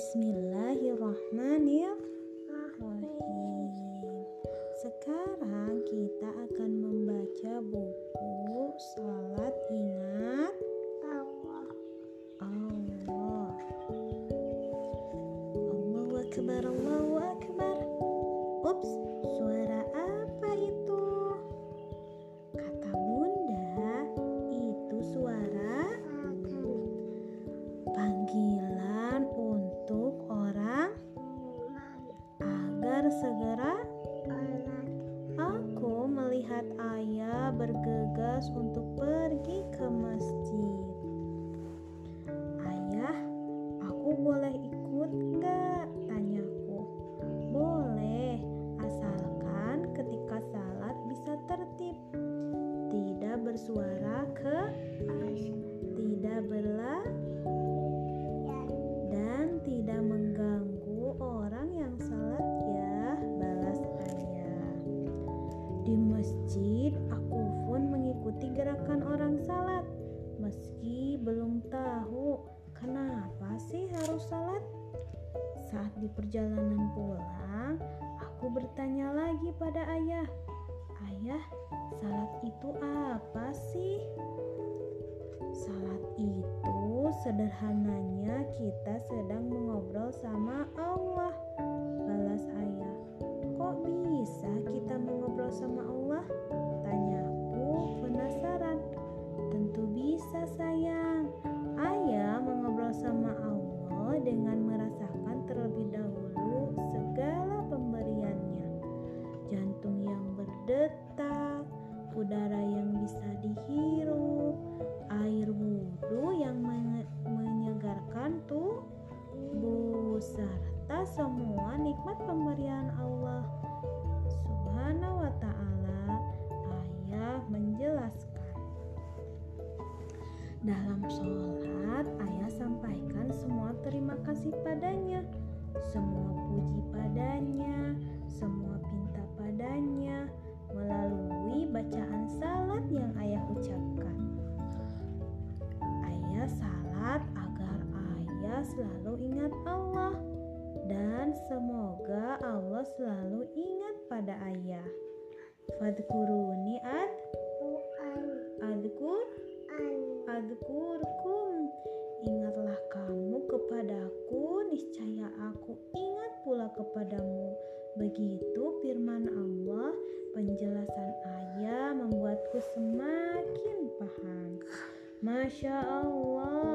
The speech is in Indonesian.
Bismillahirrahmanirrahim. Sekarang kita akan membaca buku Salat Ingat Allah. Allahu Akbar, Allahu Akbar. Ups, suara apa itu? Kata Bunda, itu suara panggilan untuk orang agar segera. Aku melihat ayah bergegas untuk pergi ke masjid. Ayah, aku boleh ikut enggak? Tanyaku. Boleh, asalkan ketika salat bisa tertib, tidak bersuara tidak dan tidak mengganggu orang yang salat ya, balas ayah. Di masjid aku pun mengikuti gerakan orang salat, meski belum tahu kenapa sih harus salat. Saat di perjalanan pulang, aku bertanya lagi pada ayah, "Ayah, salat itu apa sih?" Salat itu sederhananya kita sedang mengobrol sama Allah, balas ayah. Kok bisa kita mengobrol sama Allah? Tanyaku penasaran. Tentu bisa sayang. Ayah mengobrol sama Allah dengan merasakan terlebih dahulu segala pemberiannya. Jantung yang berdetak, udara yang bisa dihirup, air wudhu yang menyegarkan tubuh, serta semua nikmat pemberian Allah Subhanahu wa ta'ala. Ayah menjelaskan. Dalam sholat, ayah sampaikan semua terima kasih padanya, semua puji padanya, semua pinta padanya melalui bacaan salat yang ayah ucapkan. Ayah salat agar ayah selalu ingat Allah dan semoga Allah selalu ingat pada ayah. Fadkuruni adkurkum. Ingatlah kamu kepadaku, niscaya aku ingat pula kepadamu. Begitu firman Allah. Penjelasan ayah membuatku semakin paham. Masya Allah,